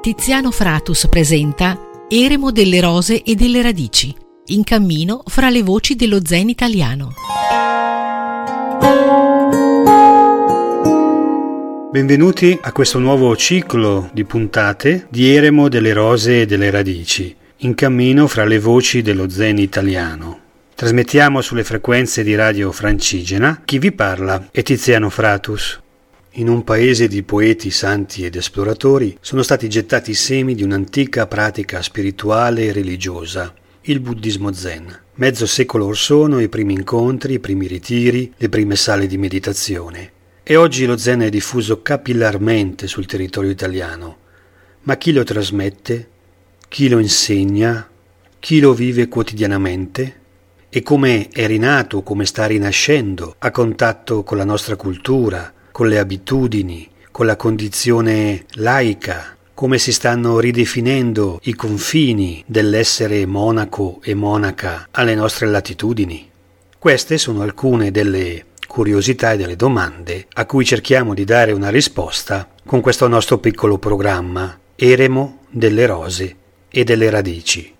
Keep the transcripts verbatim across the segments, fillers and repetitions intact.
Tiziano Fratus presenta Eremo delle rose e delle radici, in cammino fra le voci dello zen italiano. Benvenuti a questo nuovo ciclo di puntate di Eremo delle rose e delle radici, in cammino fra le voci dello zen italiano. Trasmettiamo sulle frequenze di Radio Francigena. Chi vi parla è Tiziano Fratus. In un paese di poeti, santi ed esploratori sono stati gettati i semi di un'antica pratica spirituale e religiosa, il buddismo zen. Mezzo secolo or sono i primi incontri, i primi ritiri, le prime sale di meditazione. E oggi lo zen è diffuso capillarmente sul territorio italiano. Ma chi lo trasmette? Chi lo insegna? Chi lo vive quotidianamente? E come è rinato, come sta rinascendo a contatto con la nostra cultura, con le abitudini, con la condizione laica, come si stanno ridefinendo i confini dell'essere monaco e monaca alle nostre latitudini. Queste sono alcune delle curiosità e delle domande a cui cerchiamo di dare una risposta con questo nostro piccolo programma Eremo delle rose e delle radici.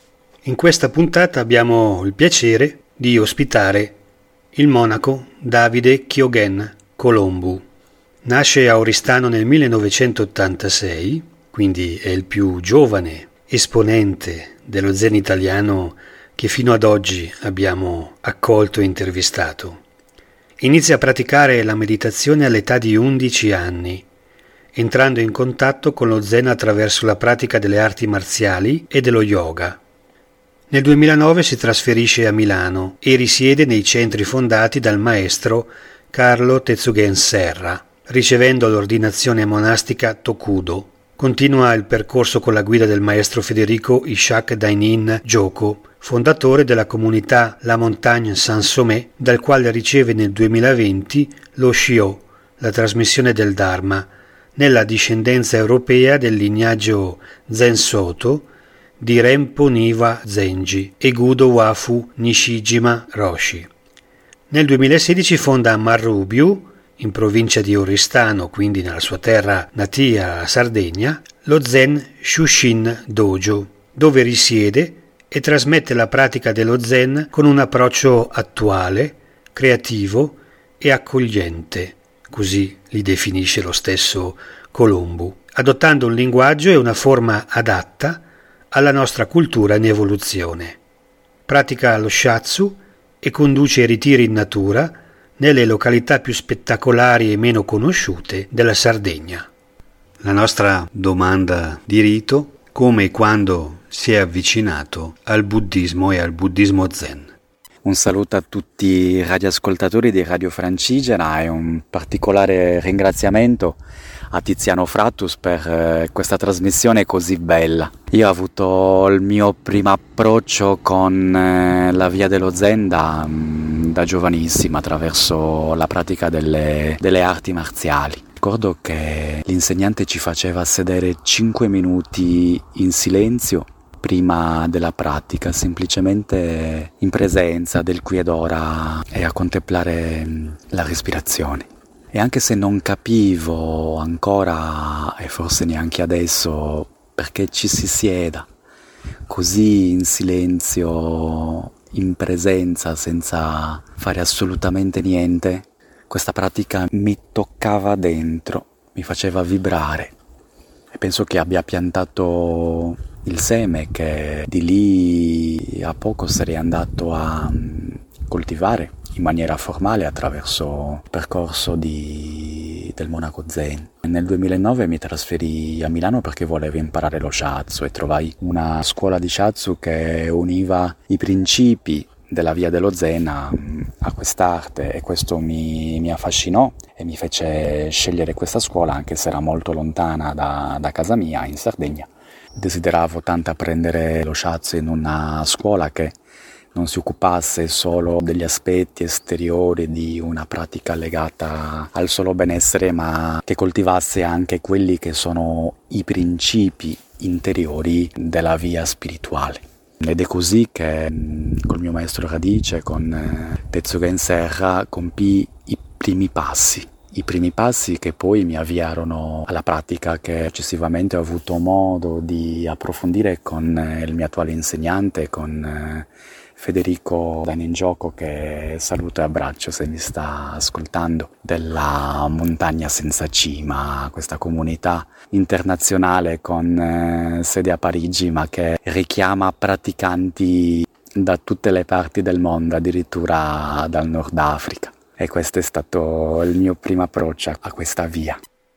In questa puntata abbiamo il piacere di ospitare il monaco Davide Kyogen Colombu. Nasce a Oristano nel millenovecentottantasei, quindi è il più giovane esponente dello zen italiano che fino ad oggi abbiamo accolto e intervistato. Inizia a praticare la meditazione all'età di undici anni, entrando in contatto con lo zen attraverso la pratica delle arti marziali e dello yoga. Nel duemilanove si trasferisce a Milano e risiede nei centri fondati dal maestro Carlo Tetsugen Serra, ricevendo l'ordinazione monastica Tokudo. Continua il percorso con la guida del maestro Federico Ishak Dainin Joko, fondatore della comunità La Montagne Saint-Sommet, dal quale riceve nel duemilaventi lo Shio, la trasmissione del Dharma, nella discendenza europea del lignaggio Zen Soto di Renpo Niwa Zenji e Gudo Wafu Nishijima Roshi. Nel duemilasedici fonda a Marrubiu, in provincia di Oristano, quindi nella sua terra natia, la Sardegna, lo Zen Shushin Dojo, dove risiede e trasmette la pratica dello zen con un approccio attuale, creativo e accogliente, così li definisce lo stesso Colombu, adottando un linguaggio e una forma adatta alla nostra cultura in evoluzione. Pratica lo shiatsu e conduce i ritiri in natura nelle località più spettacolari e meno conosciute della Sardegna. La nostra domanda di rito: come e quando si è avvicinato al buddismo e al buddismo zen? Un saluto a tutti i radioascoltatori di Radio Francigena e un particolare ringraziamento a Tiziano Fratus per eh, questa trasmissione così bella. Io ho avuto il mio primo approccio con eh, la via dello zen da, da giovanissima attraverso la pratica delle, delle arti marziali. Ricordo che l'insegnante ci faceva sedere cinque minuti in silenzio prima della pratica, semplicemente in presenza del qui ed ora e a contemplare la respirazione. E anche se non capivo ancora, e forse neanche adesso, perché ci si sieda così in silenzio, in presenza, senza fare assolutamente niente, questa pratica mi toccava dentro, mi faceva vibrare. E penso che abbia piantato il seme che di lì a poco sarei andato a coltivare in maniera formale attraverso il percorso di, del monaco zen. Nel duemilanove mi trasferii a Milano perché volevo imparare lo shiatsu e trovai una scuola di shiatsu che univa i principi della via dello zen a, a quest'arte, e questo mi, mi affascinò e mi fece scegliere questa scuola, anche se era molto lontana da, da casa mia in Sardegna. Desideravo tanto apprendere lo shiatsu in una scuola che non si occupasse solo degli aspetti esteriori di una pratica legata al solo benessere, ma che coltivasse anche quelli che sono i principi interiori della via spirituale. Ed è così che col mio maestro Radice, con Tetsugen Serra, compii i primi passi i primi passi che poi mi avviarono alla pratica, che successivamente ho avuto modo di approfondire con il mio attuale insegnante, con Federico Daningioco, che saluto e abbraccio se mi sta ascoltando, della Montagna Senza Cima, questa comunità internazionale con sede a Parigi ma che richiama praticanti da tutte le parti del mondo, addirittura dal Nord Africa. E questo è stato il mio primo approccio a questa via.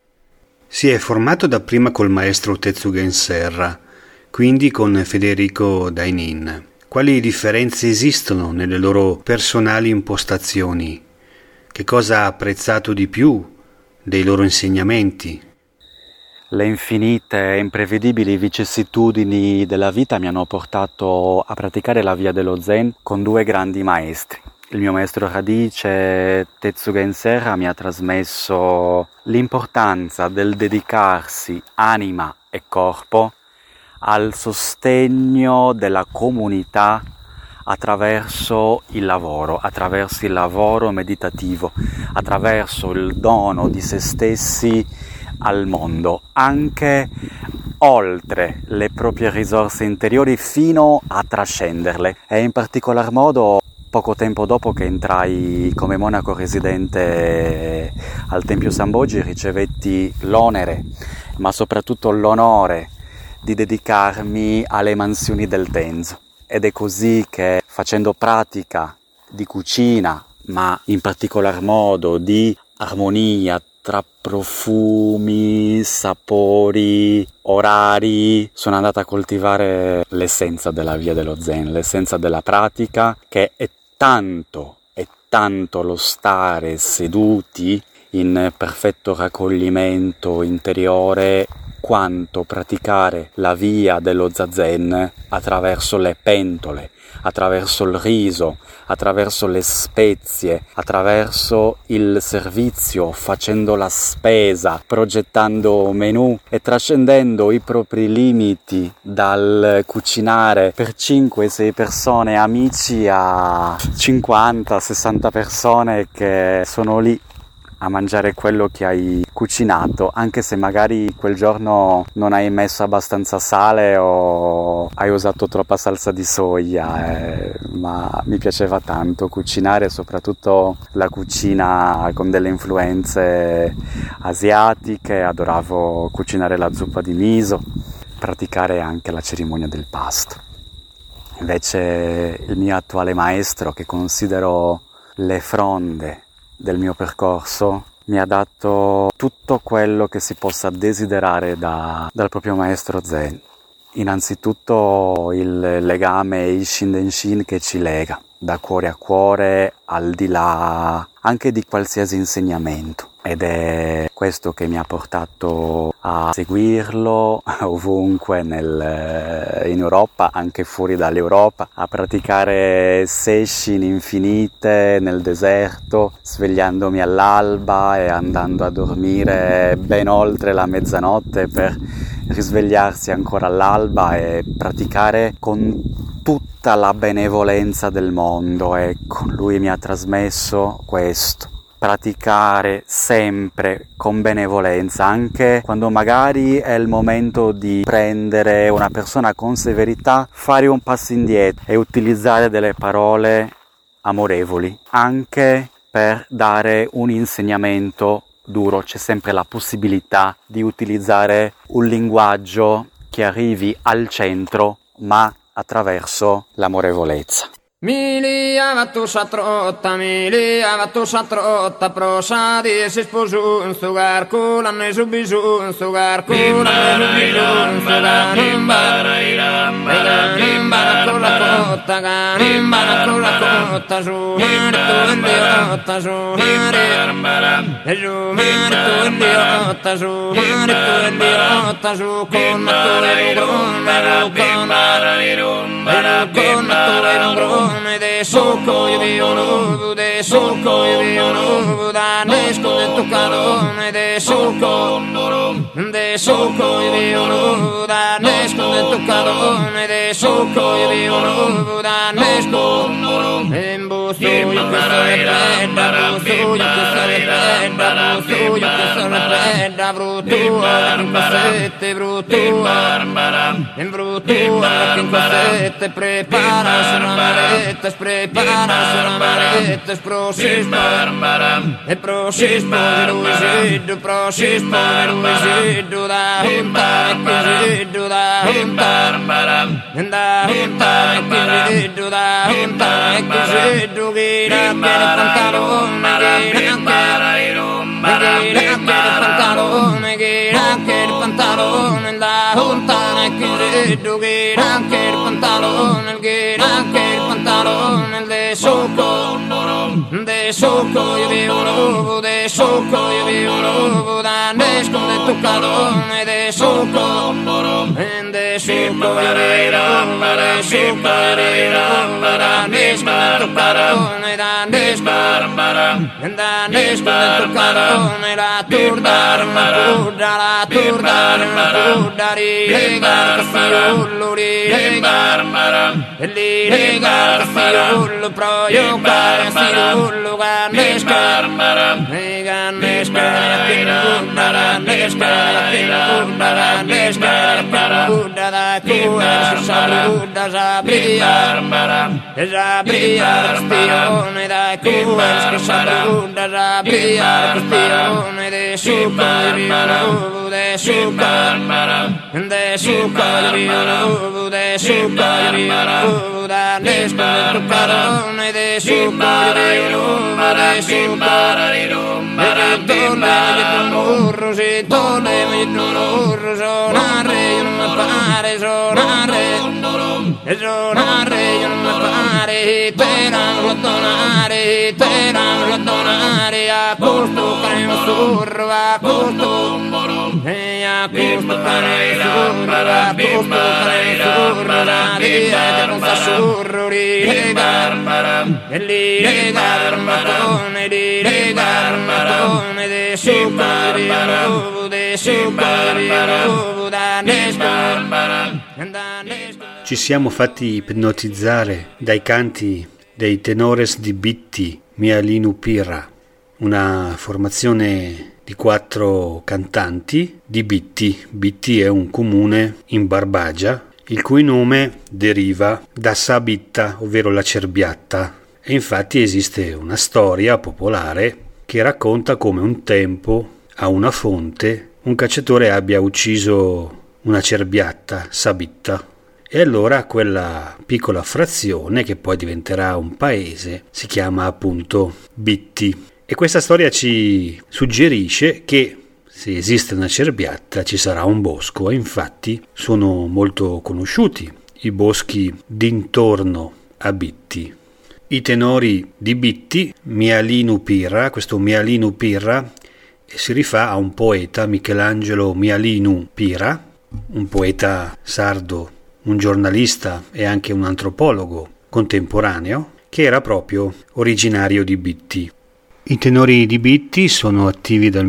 Si è formato dapprima col maestro Tetsugen Serra, quindi con Federico Dainin. Quali differenze esistono nelle loro personali impostazioni? Che cosa ha apprezzato di più dei loro insegnamenti? Le infinite e imprevedibili vicissitudini della vita mi hanno portato a praticare la via dello Zen con due grandi maestri. Il mio maestro radice Tetsugen Serra mi ha trasmesso l'importanza del dedicarsi anima e corpo al sostegno della comunità attraverso il lavoro, attraverso il lavoro meditativo, attraverso il dono di se stessi al mondo, anche oltre le proprie risorse interiori fino a trascenderle. E in particolar modo, poco tempo dopo che entrai come monaco residente al Tempio Samboji, ricevetti l'onere, ma soprattutto l'onore di dedicarmi alle mansioni del Tenzo. Ed è così che, facendo pratica di cucina, ma in particolar modo di armonia tra profumi, sapori, orari, sono andata a coltivare l'essenza della via dello Zen, l'essenza della pratica, che è tanto, è tanto lo stare seduti in perfetto raccoglimento interiore, quanto praticare la via dello zazen attraverso le pentole, attraverso il riso, attraverso le spezie, attraverso il servizio, facendo la spesa, progettando menù e trascendendo i propri limiti dal cucinare per cinque sei persone amici a cinquanta sessanta persone che sono lì a mangiare quello che hai cucinato, anche se magari quel giorno non hai messo abbastanza sale o hai usato troppa salsa di soia, eh, ma mi piaceva tanto cucinare, soprattutto la cucina con delle influenze asiatiche. Adoravo cucinare la zuppa di miso, praticare anche la cerimonia del pasto. Invece il mio attuale maestro, che considero le fronde del mio percorso, mi ha dato tutto quello che si possa desiderare da, dal proprio maestro Zen. Innanzitutto il legame Ishin Denshin che ci lega da cuore a cuore, al di là anche di qualsiasi insegnamento. Ed è questo che mi ha portato a seguirlo ovunque nel, in Europa, anche fuori dall'Europa, a praticare session infinite nel deserto, svegliandomi all'alba e andando a dormire ben oltre la mezzanotte per risvegliarsi ancora all'alba e praticare con tutta la benevolenza del mondo. Ecco, lui mi ha trasmesso questo. Praticare sempre con benevolenza, anche quando magari è il momento di prendere una persona con severità, fare un passo indietro e utilizzare delle parole amorevoli, anche per dare un insegnamento duro. C'è sempre la possibilità di utilizzare un linguaggio che arrivi al centro, ma attraverso l'amorevolezza. Mili avattu satrotta, mili avattu satrotta, prosadi si sposu un sugar kulan ne subisu un sugar kulan ne subisu un sugar nimbara irambara nimbara kola kotta ga nimbara kola kotta su hirtu indiotta su hirambara su hirtu indiotta rotta su, mare tu e di rotta su, con tu e un grone, con tu e un grone, de socco io vi uno, de socco io vi uno, da nesco de tu calone, de socco, de socco io vi uno, da nesco de tu calone, de socco io vi uno, da nesco, in busto io che sono preda, busto io che sono preda, busto io che sono preda, bruttua, in cassette, bruttua, in bruttua, in cassette, prepara, sono amarette, prepara, sono amarette, prosispo, e prosispo, di Luisiddu, prosispo, di Luisiddu, da junta, e chisiddu, da junta, da junta, e chisiddu, da junta, e chisiddu, ghira che il pantalone, ghira che il pantalone, ghira che il pantalone, da junta, e chisiddu, ghira che il pantalone, ghira che il pantalone, de socco, de socco, io vi uno, de socco, io vi uno, da nesco de tu calone, de socco, de socco, io vi uno, de socco, io vi uno, da nesco de tu calone, da nesco, da nesco de tu calone, la turda, la turda, la turda, la turda, rilega, il fiullo, rilega, rilega, il fiullo, proioca, il fiullo, gannesca, gannesca, gannesca, gannesca, gannesca, da cua, si saluta, sabria, sabria, spione, da cua, si saluta, sabria, spione, de succo, di nuovo, de succo, de succo, di nuovo, de succo, di nuovo, da nesco, de tu carone, de succo, di nuovo, de succo, di nuovo, e torna, e tu morro, si torna, e tu morro, sonare, io non mi pare, sonare, e sonare, io non mi pare, te non donare, te non donare, a costo cremo surro, a costo, e a costo cremo surro, a costo cremo surro, la dia che non fa surro, rilega, e li rega il matone, li rega il matone, de succo, di nuovo, de succo, di nuovo, da nesco, da nesco. Ci siamo fatti ipnotizzare dai canti dei tenores di Bitti Mialinu Pirra, una formazione di quattro cantanti di Bitti. Bitti è un comune in Barbagia, il cui nome deriva da Sabitta, ovvero la cerbiatta, e infatti esiste una storia popolare che racconta come un tempo a una fonte un cacciatore abbia ucciso una cerbiatta, Sabitta, e allora quella piccola frazione, che poi diventerà un paese, si chiama appunto Bitti. E questa storia ci suggerisce che se esiste una cerbiatta ci sarà un bosco, e infatti sono molto conosciuti i boschi d'intorno a Bitti. I tenori di Bitti, Mialinu Pirra, questo Mialinu Pirra si rifà a un poeta, Michelangelo Mialinu Pirra, un poeta sardo, un giornalista e anche un antropologo contemporaneo, che era proprio originario di Bitti. I tenori di Bitti sono attivi dal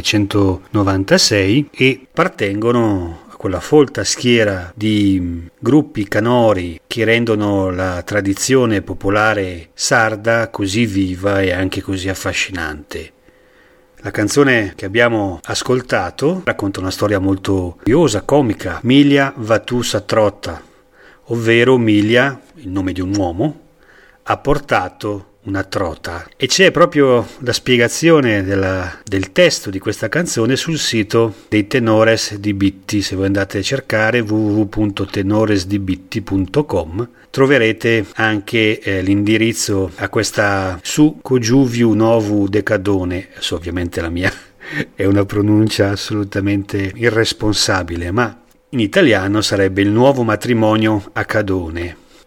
millenovecentonovantasei e appartengono a quella folta schiera di gruppi canori che rendono la tradizione popolare sarda così viva e anche così affascinante. La canzone che abbiamo ascoltato racconta una storia molto curiosa, comica. Milia Vatu Satrotta, ovvero Milia, il nome di un uomo, ha portato una trota, e c'è proprio la spiegazione della, del testo di questa canzone sul sito dei Tenores di Bitti. Se voi andate a cercare w w w punto tenores di bitti punto com troverete anche eh, l'indirizzo a questa su Cogiuviu Novu Decadone. So, ovviamente la mia è una pronuncia assolutamente irresponsabile, ma in italiano sarebbe il nuovo matrimonio a Cadone.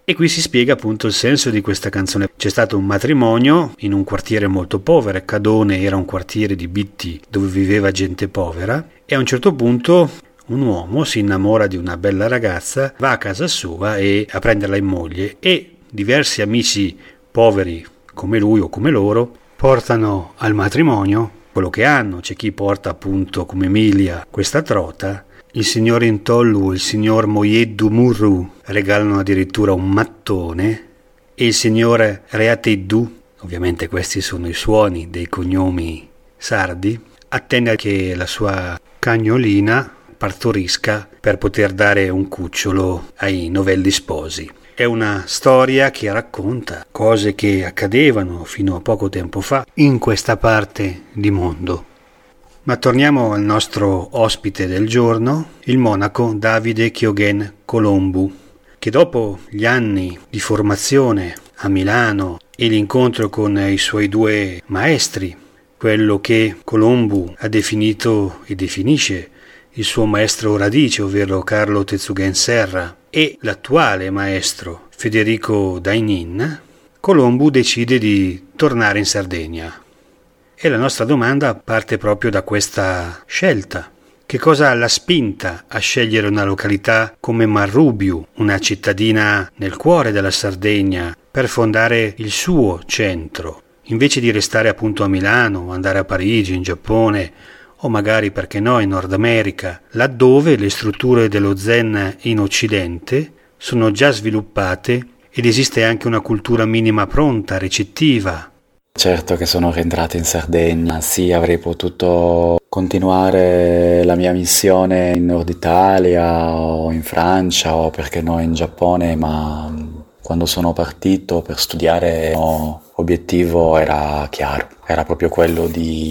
E qui si spiega appunto il senso di questa canzone. C'è stato un matrimonio in un quartiere molto povero, Cadone era un quartiere di Bitti dove viveva gente povera, e a un certo punto un uomo si innamora di una bella ragazza, va a casa sua e a prenderla in moglie, e diversi amici poveri come lui o come loro portano al matrimonio quello che hanno. C'è chi porta appunto come Emilia questa trota, il signor Intollu e il signor Moieddu Murru regalano addirittura un mattone, e il signor Reateddu, ovviamente questi sono i suoni dei cognomi sardi, attende che la sua cagnolina partorisca per poter dare un cucciolo ai novelli sposi. È una storia che racconta cose che accadevano fino a poco tempo fa in questa parte di mondo. Ma torniamo al nostro ospite del giorno, il monaco Davide Chiogen Colombu, che dopo gli anni di formazione a Milano e l'incontro con i suoi due maestri, quello che Colombu ha definito e definisce il suo maestro radice, ovvero Carlo Tetsugen Serra, e l'attuale maestro Federico Dainin, Colombu decide di tornare in Sardegna. E la nostra domanda parte proprio da questa scelta. Che cosa l'ha spinta a scegliere una località come Marrubiu, una cittadina nel cuore della Sardegna, per fondare il suo centro, invece di restare appunto a Milano, andare a Parigi, in Giappone, o magari, perché no, in Nord America, laddove le strutture dello Zen in Occidente sono già sviluppate ed esiste anche una cultura minima pronta, recettiva. Certo che sono rientrato in Sardegna, sì, avrei potuto continuare la mia missione in Nord Italia o in Francia o perché no in Giappone, ma quando sono partito per studiare l'obiettivo era chiaro, era proprio quello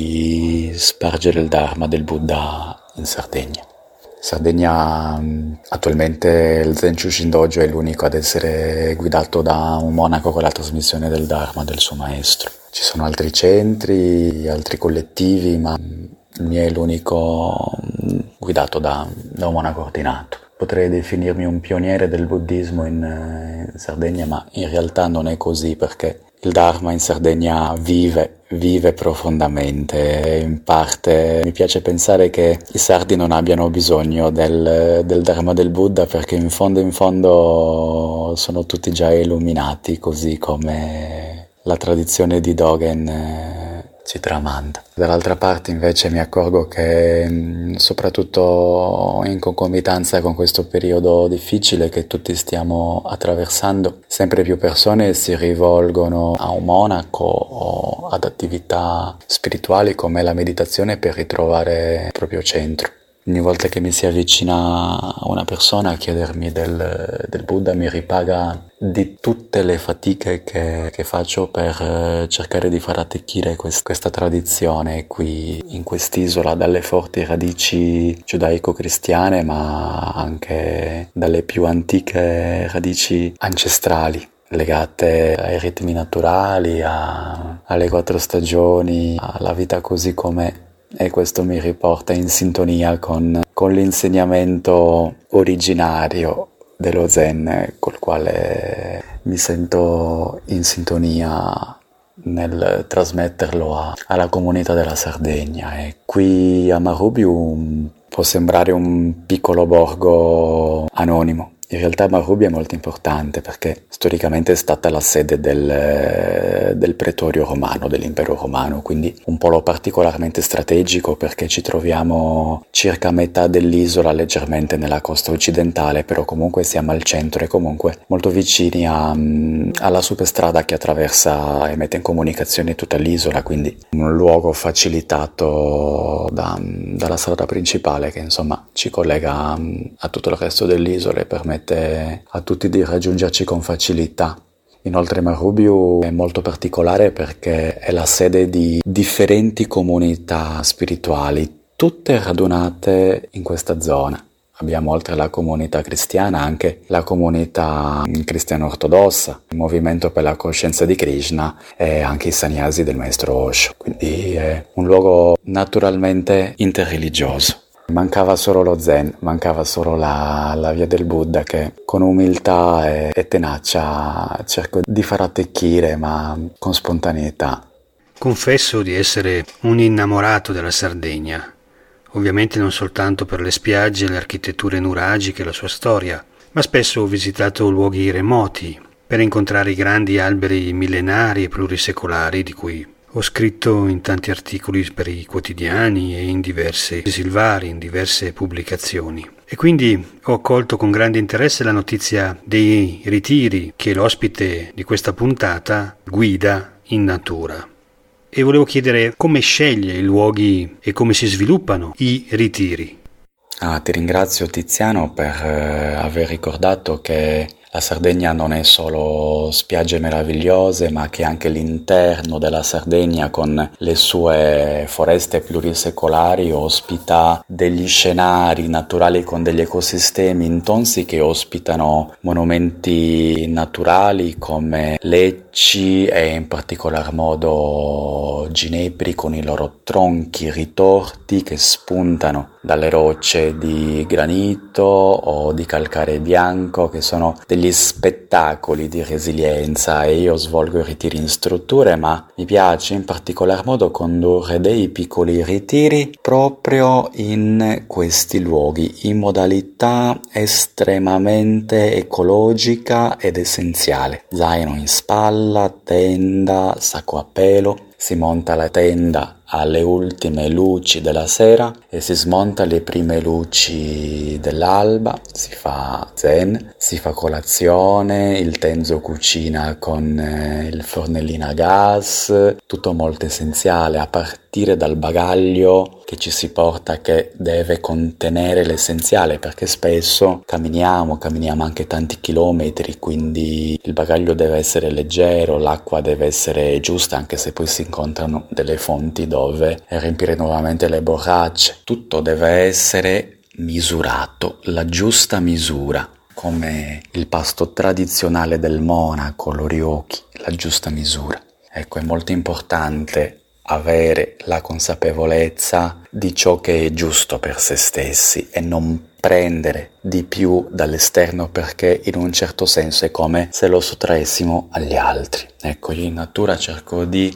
di spargere il Dharma del Buddha in Sardegna. Sardegna attualmente il Zen Shushin Dojo è l'unico ad essere guidato da un monaco con la trasmissione del Dharma del suo maestro. Ci sono altri centri, altri collettivi, ma il mio è l'unico guidato da, da un monaco ordinato. Potrei definirmi un pioniere del buddismo in, in Sardegna, ma in realtà non è così, perché il Dharma in Sardegna vive, vive profondamente. In parte mi piace pensare che i sardi non abbiano bisogno del, del Dharma del Buddha, perché in fondo in fondo sono tutti già illuminati, così come la tradizione di Dogen eh, ci tramanda. Dall'altra parte invece mi accorgo che soprattutto in concomitanza con questo periodo difficile che tutti stiamo attraversando, sempre più persone si rivolgono a un monaco o ad attività spirituali come la meditazione per ritrovare il proprio centro. Ogni volta che mi si avvicina una persona a chiedermi del, del Buddha mi ripaga di tutte le fatiche che, che faccio per cercare di far attecchire quest, questa tradizione qui in quest'isola, dalle forti radici giudaico-cristiane ma anche dalle più antiche radici ancestrali legate ai ritmi naturali, a, alle quattro stagioni, alla vita così com'è. E questo mi riporta in sintonia con, con l'insegnamento originario dello Zen, col quale mi sento in sintonia nel trasmetterlo a, alla comunità della Sardegna. E qui a Marrubiu può sembrare un piccolo borgo anonimo. In realtà Marrubiu è molto importante perché storicamente è stata la sede del, del pretorio romano, dell'impero romano, quindi un polo particolarmente strategico perché ci troviamo circa a metà dell'isola, leggermente nella costa occidentale, però comunque siamo al centro e comunque molto vicini a, alla superstrada che attraversa e mette in comunicazione tutta l'isola, quindi un luogo facilitato da, dalla strada principale che insomma ci collega a tutto il resto dell'isola e permette a tutti di raggiungerci con facilità. Inoltre Marrubiu è molto particolare perché è la sede di differenti comunità spirituali, tutte radunate in questa zona. Abbiamo oltre alla comunità cristiana anche la comunità cristiana ortodossa, il movimento per la coscienza di Krishna e anche i sannyasi del maestro Osho. Quindi è un luogo naturalmente interreligioso. Mancava solo lo zen, mancava solo la, la via del Buddha che con umiltà e, e tenacia cerco di far attecchire, ma con spontaneità. Confesso di essere un innamorato della Sardegna, ovviamente non soltanto per le spiagge, le architetture nuragiche e la sua storia, ma spesso ho visitato luoghi remoti per incontrare i grandi alberi millenari e plurisecolari di cui ho scritto in tanti articoli per i quotidiani e in diverse silvari, in diverse pubblicazioni. E quindi ho accolto con grande interesse la notizia dei ritiri che l'ospite di questa puntata guida in natura. E volevo chiedere come sceglie i luoghi e come si sviluppano i ritiri. Ah, ti ringrazio Tiziano per eh, aver ricordato che la Sardegna non è solo spiagge meravigliose, ma che anche l'interno della Sardegna con le sue foreste plurisecolari ospita degli scenari naturali con degli ecosistemi intonsi che ospitano monumenti naturali come lecci e in particolar modo ginepri con i loro tronchi ritorti che spuntano dalle rocce di granito o di calcare bianco, che sono degli spettacoli di resilienza. E io svolgo i ritiri in strutture, ma mi piace in particolar modo condurre dei piccoli ritiri proprio in questi luoghi in modalità estremamente ecologica ed essenziale. Zaino in spalla, tenda, sacco a pelo. Si monta la tenda alle ultime luci della sera e si smonta le prime luci dell'alba, si fa zen, si fa colazione, il Tenzo cucina con eh, il fornellino a gas, tutto molto essenziale a partire dal bagaglio che ci si porta, che deve contenere l'essenziale, perché spesso camminiamo, camminiamo anche tanti chilometri, quindi il bagaglio deve essere leggero, l'acqua deve essere giusta, anche se poi si incontrano delle fonti dove riempire nuovamente le borracce. Tutto deve essere misurato, la giusta misura, come il pasto tradizionale del monaco, l'oriochi, la giusta misura. Ecco, è molto importante avere la consapevolezza di ciò che è giusto per se stessi e non prendere di più dall'esterno, perché in un certo senso è come se lo sottraessimo agli altri. Ecco, io in natura cerco di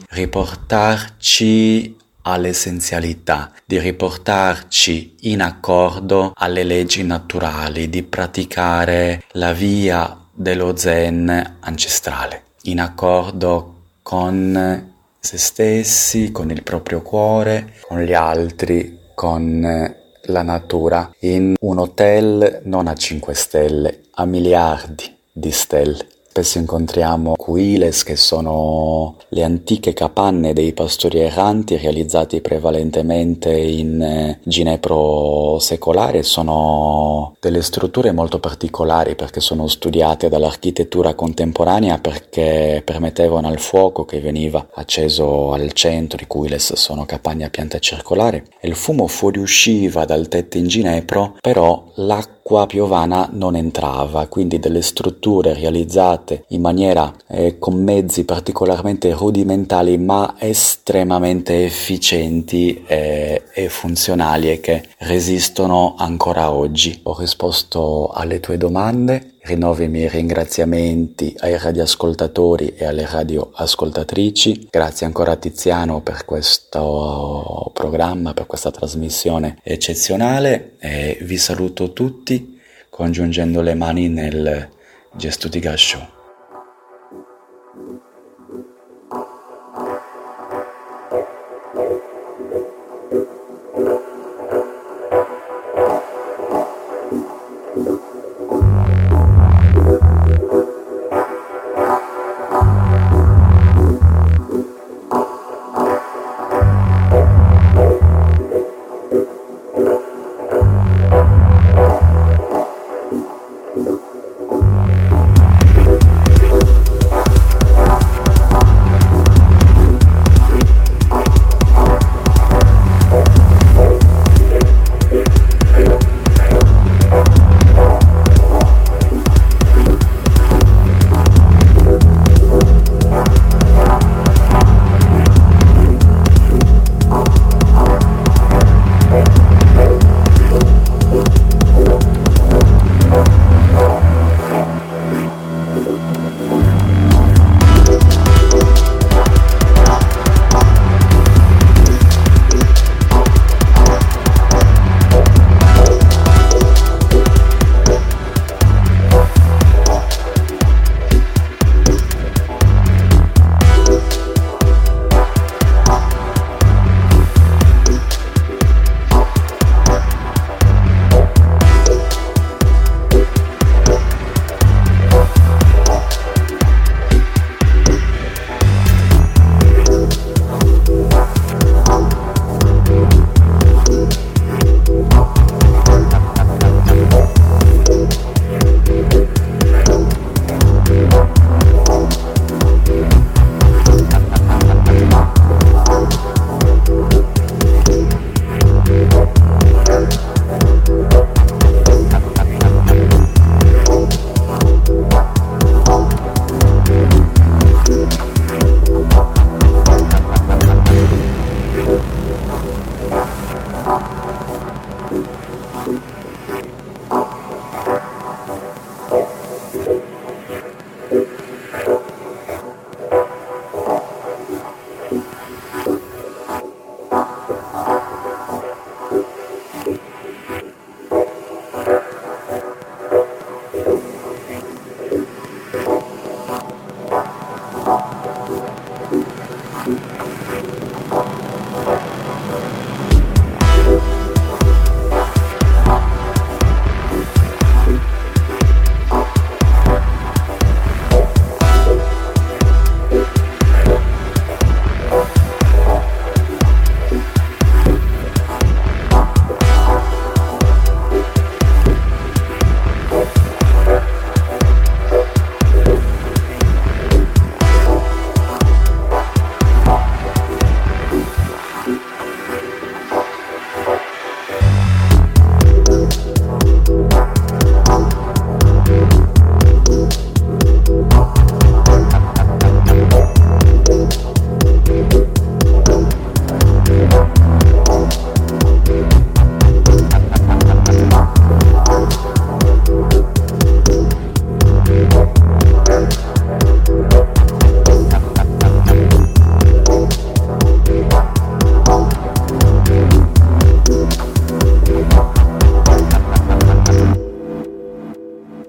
riportarci all'essenzialità, di riportarci in accordo alle leggi naturali, di praticare la via dello zen ancestrale, in accordo con se stessi, con il proprio cuore, con gli altri, con la natura, in un hotel non a cinque stelle, a miliardi di stelle. Spesso incontriamo cuiles, che sono le antiche capanne dei pastori erranti realizzati prevalentemente in ginepro secolare. Sono delle strutture molto particolari perché sono studiate dall'architettura contemporanea, perché permettevano al fuoco che veniva acceso al centro. I cuiles sono capanne a pianta circolare e il fumo fuoriusciva dal tetto in ginepro, però l'acqua L'acqua piovana non entrava, quindi delle strutture realizzate in maniera eh, con mezzi particolarmente rudimentali ma estremamente efficienti eh, e funzionali, e che resistono ancora oggi. Ho risposto alle tue domande. Rinnovo i miei ringraziamenti ai radioascoltatori e alle radioascoltatrici. Grazie ancora a Tiziano per questo programma, per questa trasmissione eccezionale, e vi saluto tutti congiungendo le mani nel gesto di Gasciò.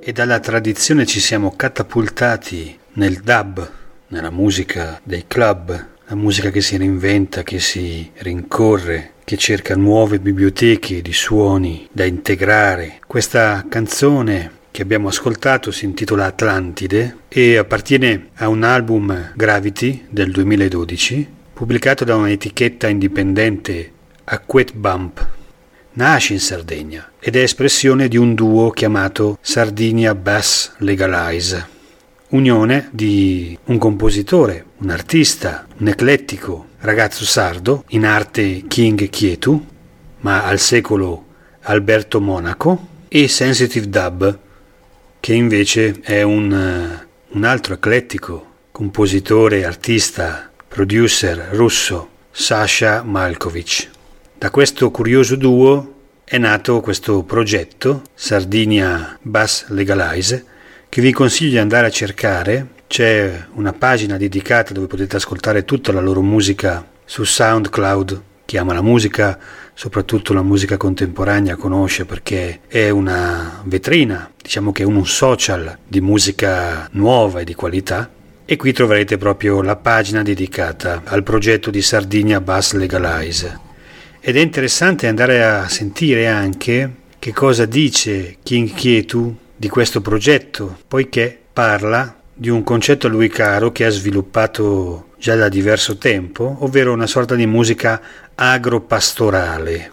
e dalla tradizione ci siamo catapultati nel dub, nella musica dei club, la musica che si reinventa, che si rincorre, che cerca nuove biblioteche di suoni da integrare. Questa canzone che abbiamo ascoltato si intitola Atlantide e appartiene a un album Gravity del duemiladodici, pubblicato da un'etichetta indipendente, Acquet Bump. Nasce in Sardegna ed è espressione di un duo chiamato Sardinia Bass Legalize, unione di un compositore, un artista, un eclettico ragazzo sardo, in arte King Chietu, ma al secolo Alberto Monaco, e Sensitive Dub, che invece è un, un altro eclettico compositore, artista, producer russo, Sasha Malkovich. Da questo curioso duo è nato questo progetto, Sardinia Bass Legalize, che vi consiglio di andare a cercare. C'è una pagina dedicata dove potete ascoltare tutta la loro musica su SoundCloud. Chi ama la musica, soprattutto la musica contemporanea, conosce perché è una vetrina, diciamo che è un social di musica nuova e di qualità. E qui troverete proprio la pagina dedicata al progetto di Sardinia Bass Legalize. Ed è interessante andare a sentire anche che cosa dice King Chietu di questo progetto, poiché parla di un concetto a lui caro che ha sviluppato già da diverso tempo, ovvero una sorta di musica agropastorale.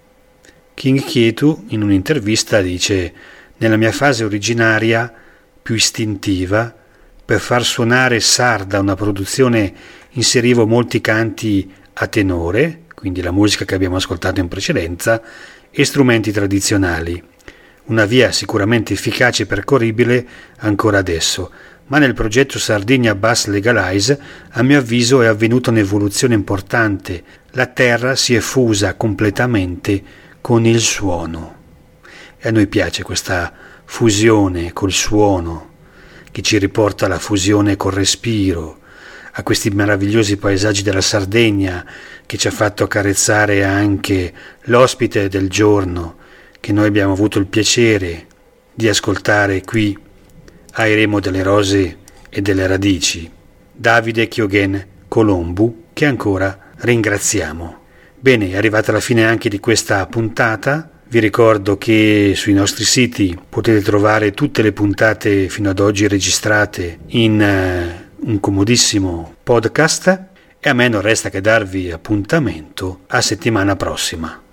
King Chietu in un'intervista dice: nella mia fase originaria, più istintiva, per far suonare sarda una produzione inserivo molti canti a tenore, quindi la musica che abbiamo ascoltato in precedenza, e strumenti tradizionali. Una via sicuramente efficace e percorribile ancora adesso, ma nel progetto Sardinia Bass Legalize a mio avviso è avvenuta un'evoluzione importante. La terra si è fusa completamente con il suono. E a noi piace questa fusione col suono, che ci riporta alla fusione col respiro, a questi meravigliosi paesaggi della Sardegna che ci ha fatto accarezzare anche l'ospite del giorno, che noi abbiamo avuto il piacere di ascoltare qui a Eremo delle Rose e delle Radici, Davide Chiogen Colombu, che ancora ringraziamo. Bene, è arrivata la fine anche di questa puntata. Vi ricordo che sui nostri siti potete trovare tutte le puntate fino ad oggi registrate in uh, un comodissimo podcast, e a me non resta che darvi appuntamento a settimana prossima.